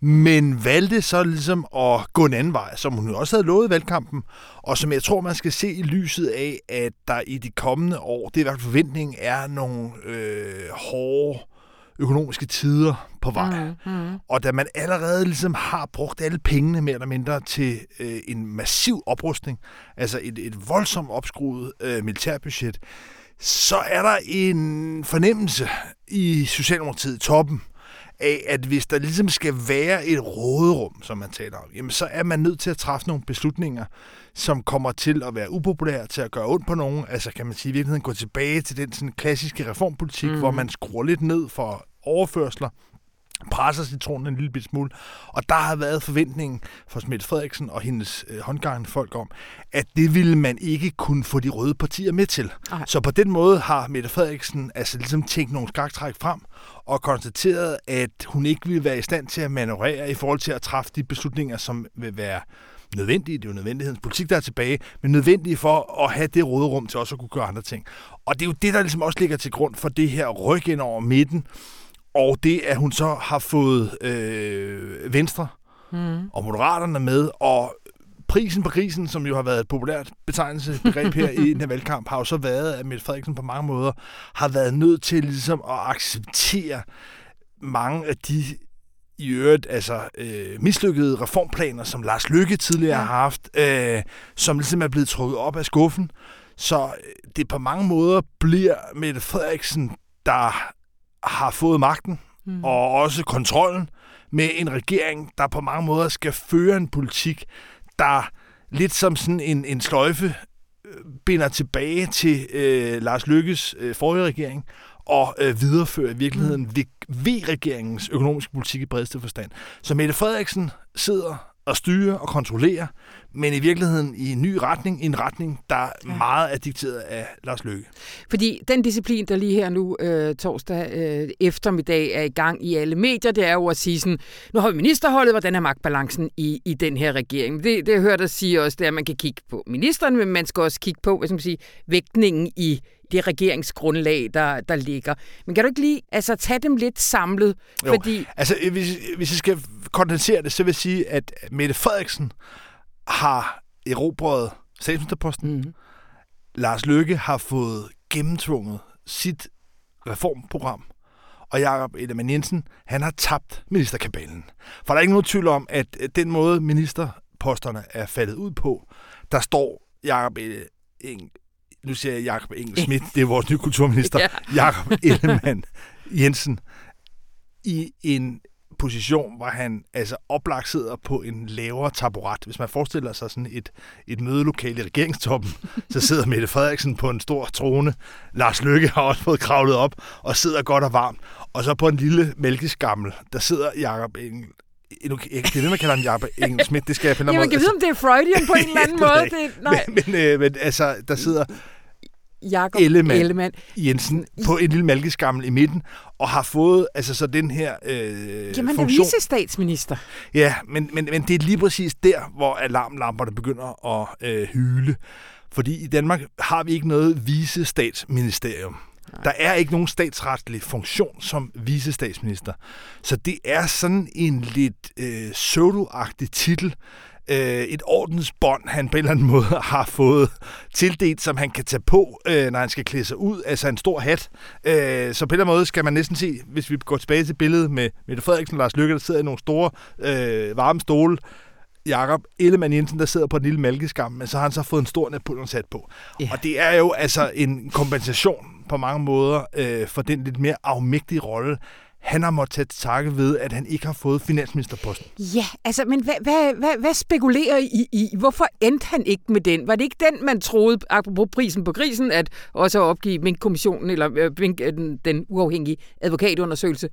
Speaker 4: Men valgte så ligesom at gå en anden vej, som hun jo også havde lovet i valgkampen, og som jeg tror, man skal se i lyset af, at der i de kommende år, det er i hvert fald forventningen, er nogle øh, hårde økonomiske tider på vej. Mm, mm. Og da man allerede ligesom har brugt alle pengene mere eller mindre til øh, en massiv oprustning, altså et, et voldsomt opskruet øh, militærbudget, så er der en fornemmelse i Socialdemokratiet i toppen af, at hvis der ligesom skal være et råderum, som man taler om, jamen så er man nødt til at træffe nogle beslutninger, som kommer til at være upopulære, til at gøre ondt på nogen. Altså kan man sige, i virkeligheden gå tilbage til den sådan klassiske reformpolitik, mm. hvor man skruer lidt ned for overførsler, presser citronen en lille bit smule, og der har været forventningen fra Mette Frederiksen og hendes øh, håndgangende folk om, at det ville man ikke kunne få de røde partier med til. Okay. Så på den måde har Mette Frederiksen altså ligesom tænkt nogle skaktræk frem og konstateret, at hun ikke ville være i stand til at manøvrere i forhold til at træffe de beslutninger, som vil være nødvendige, det er jo nødvendighedens politik, der er tilbage, men nødvendige for at have det råderum til også at kunne gøre andre ting. Og det er jo det, der ligesom også ligger til grund for det her ryk ind over midten, og det, at hun så har fået øh, Venstre mm. og Moderaterne med, og prisen på krisen, som jo har været et populært betegnelsesbegreb her i den her valgkamp, har jo så været, at Mette Frederiksen på mange måder har været nødt til ligesom at acceptere mange af de i øvrigt altså øh, mislykkede reformplaner, som Lars Løkke tidligere ja. har haft, øh, som ligesom er blevet trukket op af skuffen. Så det på mange måder bliver Mette Frederiksen, der har fået magten mm. og også kontrollen med en regering, der på mange måder skal føre en politik, der lidt som sådan en, en sløjfe binder tilbage til øh, Lars Løkkes øh, forrige regering og øh, viderefører i virkeligheden mm. V-regeringens økonomiske politik i bredeste forstand. Så Mette Frederiksen sidder og styrer og kontrollerer, men i virkeligheden i en ny retning, i en retning, der ja. meget er dikteret af Lars Løkke.
Speaker 1: Fordi den disciplin, der lige her nu øh, torsdag øh, eftermiddag er i gang i alle medier, det er jo at sige sådan, nu har vi ministerholdet, hvordan er magtbalancen i, i den her regering. Det, det hører der sige også, det er, at man kan kigge på ministeren, men man skal også kigge på, hvad skal man sige, vægtningen i det regeringsgrundlag, der, der ligger. Men kan du ikke lige altså, tage dem lidt samlet?
Speaker 4: Jo,
Speaker 1: fordi
Speaker 4: altså hvis, hvis jeg skal kondensere det, så vil jeg sige, at Mette Frederiksen har erobret statsministerposten. Mm-hmm. Lars Løkke har fået gennemtvunget sit reformprogram. Og Jakob Ellemann-Jensen, han har tabt ministerkabalen. For der er ikke nogen tvivl om, at den måde ministerposterne er faldet ud på, der står Jakob Ellemann Nu siger jeg Jakob Engel-Schmidt, det er vores nye kulturminister, ja. Jakob Ellemann-Jensen, i en position, hvor han altså oplagt sidder på en lavere taburet. Hvis man forestiller sig sådan et, et mødelokale i regeringstoppen, så sidder Mette Frederiksen på en stor trone. Lars Løkke har også fået kravlet op og sidder godt og varmt. Og så på en lille mælkeskammel, der sidder Jakob Engel Jeg kan ved, man kalder ham Jakob Engel-Schmidt. Det skal jeg finde
Speaker 1: ja, man kan vide, om det er Freudian på en eller anden måde. Det, nej.
Speaker 4: Men, men, øh, men altså, der sidder
Speaker 1: Jakob
Speaker 4: Ellemann,
Speaker 1: Ellemann
Speaker 4: Jensen på en lille mælkeskammel i midten, og har fået altså så den her øh,
Speaker 1: Jamen,
Speaker 4: funktion.
Speaker 1: er vicestatsminister.
Speaker 4: Ja, men, men, men det er lige præcis der, hvor alarmlamperne begynder at øh, hyle. Fordi i Danmark har vi ikke noget vicestatsministerium. Nej. Der er ikke nogen statsretlig funktion som vicestatsminister. Så det er sådan en lidt øh, pseudo-agtig titel, øh, et ordensbånd, han på en eller anden måde har fået tildelt, som han kan tage på, øh, når han skal klæde sig ud, altså en stor hat. Øh, så på en eller anden måde skal man næsten se, hvis vi går tilbage til billedet med Mette Frederiksen og Lars Løkke, der sidder i nogle store øh, varme stole, Jakob Ellemann-Jensen, der sidder på en lille mælkeskam, men så har han så fået en stor Napoleonshat på. Yeah. Og det er jo altså en kompensation på mange måder øh, for den lidt mere afmægtige rolle, han har måttet tage til takke ved, at han ikke har fået finansministerposten.
Speaker 1: Ja, altså, men hvad, hvad, hvad, hvad spekulerer I i? Hvorfor endte han ikke med den? Var det ikke den, man troede, apropos prisen på grisen, at også at opgive Mink-kommissionen, eller øh, Mink, den, den uafhængige advokatundersøgelse,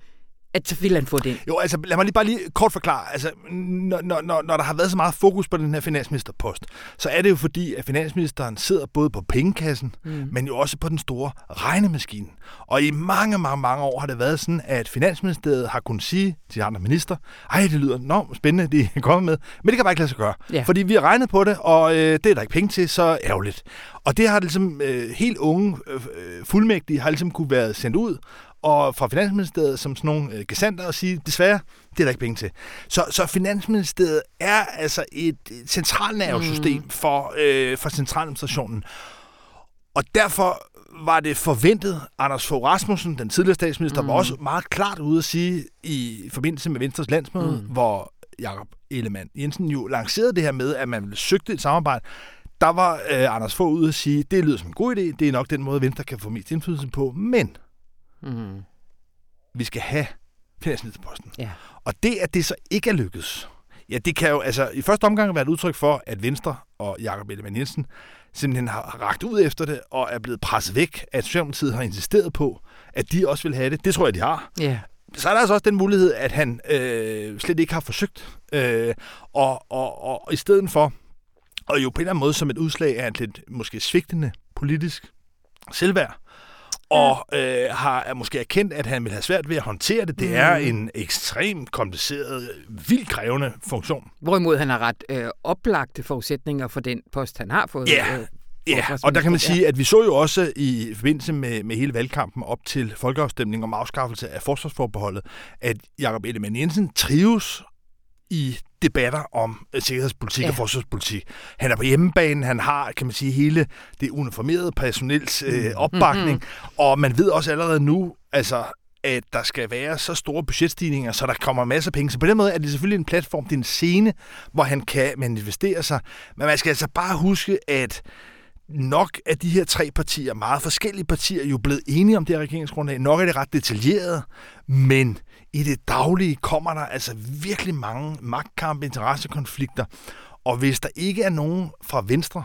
Speaker 1: at så vil han få den.
Speaker 4: Jo, altså lad mig lige bare lige kort forklare. Altså, når, når, når der har været så meget fokus på den her finansministerpost, så er det jo fordi, at finansministeren sidder både på pengekassen, mm. men jo også på den store regnemaskine. Og i mange, mange, mange år har det været sådan, at Finansministeriet har kunnet sige til de andre minister, ej, det lyder enormt spændende, de er kommet med, men det kan bare ikke lade sig gøre. Ja. Fordi vi har regnet på det, og øh, det er der ikke penge til, så ærgerligt. Og det har ligesom øh, helt unge øh, fuldmægtige har ligesom kunne være sendt ud, og fra Finansministeriet som sådan nogle øh, gesanter og sige, desværre, det er der ikke penge til. Så, så Finansministeriet er altså et, et centralnervesystem mm. for, øh, for centraladministrationen. Og derfor var det forventet, Anders Fogh Rasmussen, den tidligere statsminister, mm. var også meget klart ude at sige i forbindelse med Venstres landsmøde, mm. hvor Jakob Ellemann-Jensen jo lancerede det her med, at man ville søgte et samarbejde. Der var øh, Anders Fogh ude at sige, det lyder som en god idé, det er nok den måde, Venstre kan få mest indflydelse på, men mm. vi skal have finansministerposten. Ja. Og det, at det så ikke er lykkedes, ja, det kan jo altså i første omgang være et udtryk for, at Venstre og Jakob Ellemann-Jensen simpelthen har rakt ud efter det, og er blevet presset væk, at Socialdemokratiet har insisteret på, at de også vil have det. Det tror jeg, de har. Yeah. Så er der altså også den mulighed, at han øh, slet ikke har forsøgt. Øh, og, og, og i stedet for, og jo på en eller anden måde som et udslag af et lidt måske svigtende politisk selvværd, og øh, har er måske erkendt, at han vil have svært ved at håndtere det. Det mm. er en ekstremt kompliceret, vildt krævende funktion.
Speaker 1: Hvorimod han har ret øh, oplagte forudsætninger for den post, han har fået.
Speaker 4: Ja,
Speaker 1: øh,
Speaker 4: ja. Og der kan man sige, at vi så jo også i forbindelse med, med hele valgkampen op til folkeafstemningen om afskaffelse af forsvarsforbeholdet, at Jakob Ellemann-Jensen trives i debatter om sikkerhedspolitik ja. og forsvarspolitik. Han er på hjemmebane, han har, kan man sige, hele det uniformerede personels øh, opbakning, mm-hmm. og man ved også allerede nu, altså, at der skal være så store budgetstigninger, så der kommer masser af penge. Så på den måde er det selvfølgelig en platform, det er en scene, hvor han kan manifestere sig. Men man skal altså bare huske, at nok er de her tre partier, meget forskellige partier, jo blevet enige om det her regeringsgrundlag. Nok er det ret detaljeret, men i det daglige kommer der altså virkelig mange magtkampe, interessekonflikter. Og hvis der ikke er nogen fra Venstre,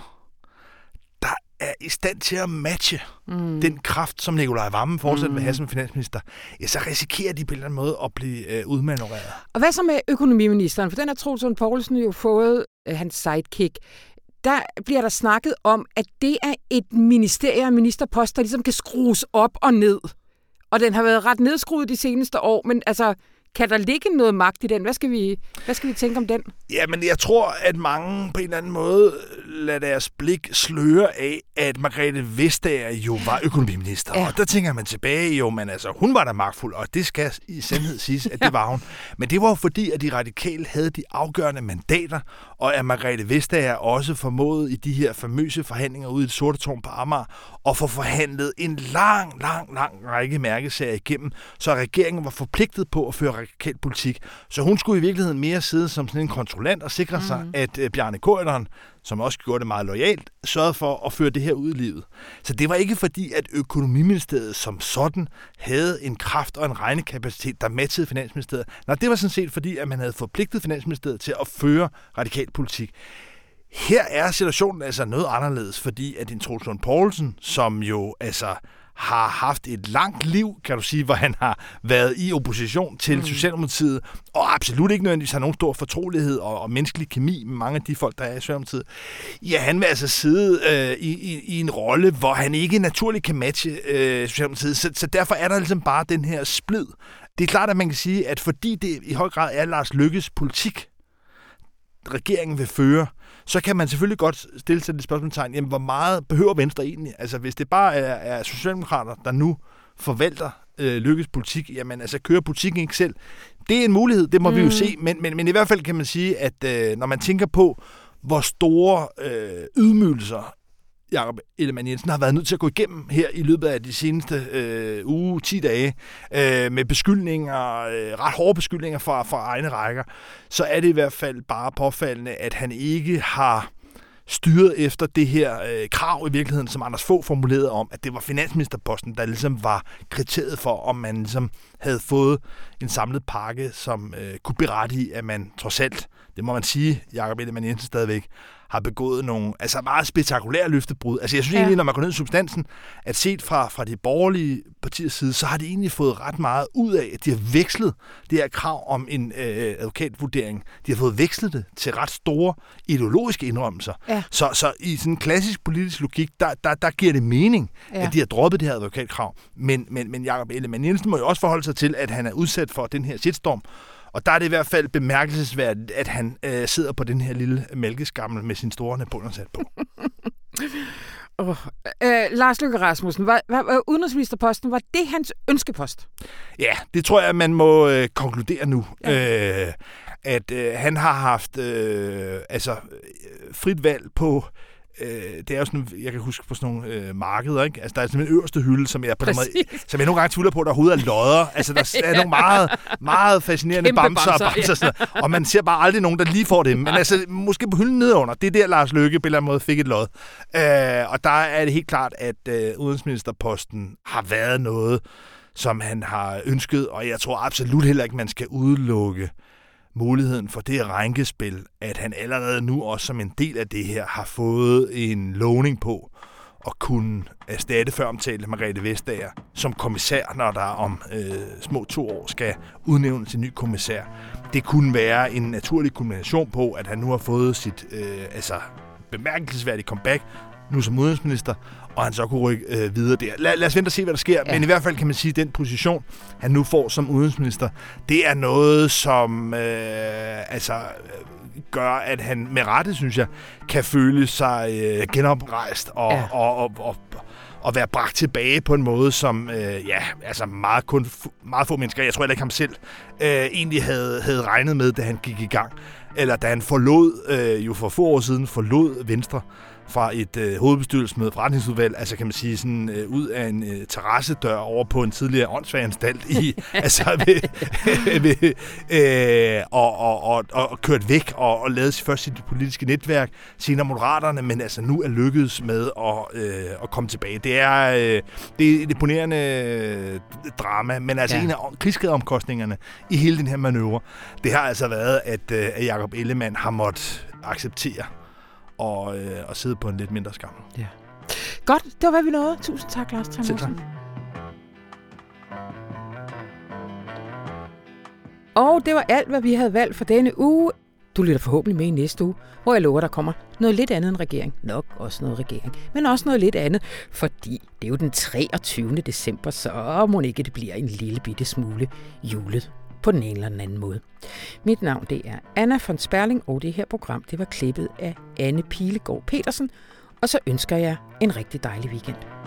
Speaker 4: der er i stand til at matche mm. den kraft, som Nicolai Wammen fortsat mm. vil have som finansminister, ja, så risikerer de på en eller anden måde at blive øh, udmanøvreret.
Speaker 1: Og hvad så med økonomiministeren? For den har Troels Lund Poulsen jo fået øh, hans sidekick. Der bliver der snakket om, at det er et ministerie og ministerpost, der ligesom kan skrues op og ned. Og den har været ret nedskruet de seneste år, men altså, kan der ligge noget magt i den? Hvad skal vi, hvad skal vi tænke om den?
Speaker 4: Ja, men jeg tror, at mange på en eller anden måde lader deres blik sløre af, at Margrethe Vestager jo var økonomiminister. Ja. Og der tænker man tilbage, jo, men altså, hun var da magtfuld, og det skal i sandhed siges, at det var hun. Men det var jo fordi, at de radikale havde de afgørende mandater, og at Margrethe Vestager også formåede i de her famøse forhandlinger ude i det sorte tårn på Amager, og få forhandlet en lang, lang, lang række mærkesager igennem, så regeringen var forpligtet på at føre radikal politik. Så hun skulle i virkeligheden mere sidde som sådan en kontrollant og sikre mm. sig, at uh, Bjarne Corydon, som også gjorde det meget loyalt, sørgede for at føre det her ud i livet. Så det var ikke fordi, at økonomiministeriet som sådan havde en kraft og en regnekapacitet, der matchede Finansministeriet. Nej, det var sådan set fordi, at man havde forpligtet Finansministeriet til at føre radikal politik. Her er situationen altså noget anderledes, fordi at en Troels Lund Poulsen, som jo altså har haft et langt liv, kan du sige, hvor han har været i opposition til mm. Socialdemokratiet, og absolut ikke nødvendigvis har nogen stor fortrolighed og, og menneskelig kemi med mange af de folk, der er i Socialdemokratiet. Ja, han vil altså sidde øh, i, i, i en rolle, hvor han ikke naturligt kan matche øh, Socialdemokratiet, så, så derfor er der ligesom bare den her splid. Det er klart, at man kan sige, at fordi det i høj grad er Lars Løkkes politik, regeringen vil føre, så kan man selvfølgelig godt stille sig det spørgsmålstegn, jamen hvor meget behøver Venstre egentlig? Altså hvis det bare er, er socialdemokrater, der nu forvalter øh, Løkkes politik, jamen altså kører politikken ikke selv. Det er en mulighed, det må mm. vi jo se, men, men, men i hvert fald kan man sige, at øh, når man tænker på, hvor store øh, ydmygelser Jakob Ellemann-Jensen har været nødt til at gå igennem her i løbet af de seneste øh, uge, ti dage, øh, med beskyldninger, øh, ret hårde beskyldninger fra, fra egne rækker, så er det i hvert fald bare påfaldende, at han ikke har styret efter det her øh, krav i virkeligheden, som Anders Fogh formulerede om, at det var finansministerposten, der ligesom var kriteriet for, om man ligesom havde fået en samlet pakke, som øh, kunne berettige, at man trods alt, det må man sige, Jakob Ellemann-Jensen stadigvæk, har begået nogle altså meget spektakulære løftebrud. Altså jeg synes ja. egentlig, når man går ned i substansen, at set fra, fra de borgerlige partiers side, så har de egentlig fået ret meget ud af, at de har vekslet det her krav om en øh, advokatvurdering. De har fået vekslet det til ret store ideologiske indrømmelser. Ja. Så, så i sådan en klassisk politisk logik, der, der, der giver det mening, ja. at de har droppet det her advokatkrav. Men, men, men Jakob Ellemann-Jensen må jo også forholde sig til, at han er udsat for den her shitstorm. Og der er det i hvert fald bemærkelsesværdigt, at han øh, sidder på den her lille mælkeskammel med sin store Napoleonshat på.
Speaker 1: oh, øh, Lars Løkke Rasmussen, var, var, udenrigsministerposten, var det hans ønskepost?
Speaker 4: Ja, det tror jeg, man må øh, konkludere nu. Ja. Øh, at øh, han har haft øh, altså, frit valg på... Det er jo sådan, jeg kan huske på sådan nogle øh, markeder, ikke? Altså, der er sådan en øverste hylde, som jeg på den måde, som jeg nogle gange tvivler på, der overhovedet er lodder. Altså, der er nogle meget, meget fascinerende Kæmpe bamser, bamser, og, bamser ja. og man ser bare aldrig nogen, der lige får det. Men altså, måske på hylden nedenunder, det er der, Lars Løkke på en eller anden måde fik et lod. Øh, og der er det helt klart, at øh, udenrigsministerposten har været noget, som han har ønsket, og jeg tror absolut heller ikke, man skal udelukke muligheden for det rænkespil, at han allerede nu også som en del af det her har fået en lovning på at kunne erstatte føromtalte Margrethe Vestager som kommissær, når der om øh, små to år skal udnævnes en ny kommissær. Det kunne være en naturlig kombination på, at han nu har fået sit øh, altså bemærkelsesværdige comeback nu som udenrigsminister, og han så kunne rykke øh, videre der. Lad, lad os vente og se, hvad der sker. Ja. Men i hvert fald kan man sige, at den position, han nu får som udenrigsminister, det er noget, som øh, altså, gør, at han med rette, synes jeg, kan føle sig øh, genoprejst og, ja. og, og, og, og være bragt tilbage på en måde, som øh, ja, altså meget, kun, meget få mennesker, jeg tror heller ikke ham selv, øh, egentlig havde, havde regnet med, da han gik i gang. Eller da han forlod, øh, jo for få år siden, forlod Venstre fra et øh, hovedbestyrelsesmøde, forretningsudvalg, altså kan man sige sådan øh, ud af en øh, terrassedør over på en tidligere åndsfaganstalt i, altså ved, ved, øh, og, og, og, og kørt væk og, og lavet først sit politiske netværk, senere Moderaterne, men altså nu er lykkedes med at, øh, at komme tilbage. Det er, øh, det er et imponerende øh, drama, men altså ja. en af krigsskadeomkostningerne i hele den her manøvre, det har altså været, at, øh, at Jakob Ellemann har måttet acceptere Og, øh, og sidde på en lidt mindre skam.
Speaker 1: Ja. Godt, det var hvad vi nåede. Tusind tak, Lars Tremorsen. Og det var alt, hvad vi havde valgt for denne uge. Du lytter forhåbentlig med i næste uge, hvor jeg lover, der kommer noget lidt andet end regering. Nok også noget regering, men også noget lidt andet, fordi det er jo den treogtyvende december, så må ikke det bliver en lille bitte smule julet på den ene eller den anden måde. Mit navn det er Anna von Sperling, og det her program det var klippet af Anne Pilegaard Petersen, og så ønsker jeg en rigtig dejlig weekend.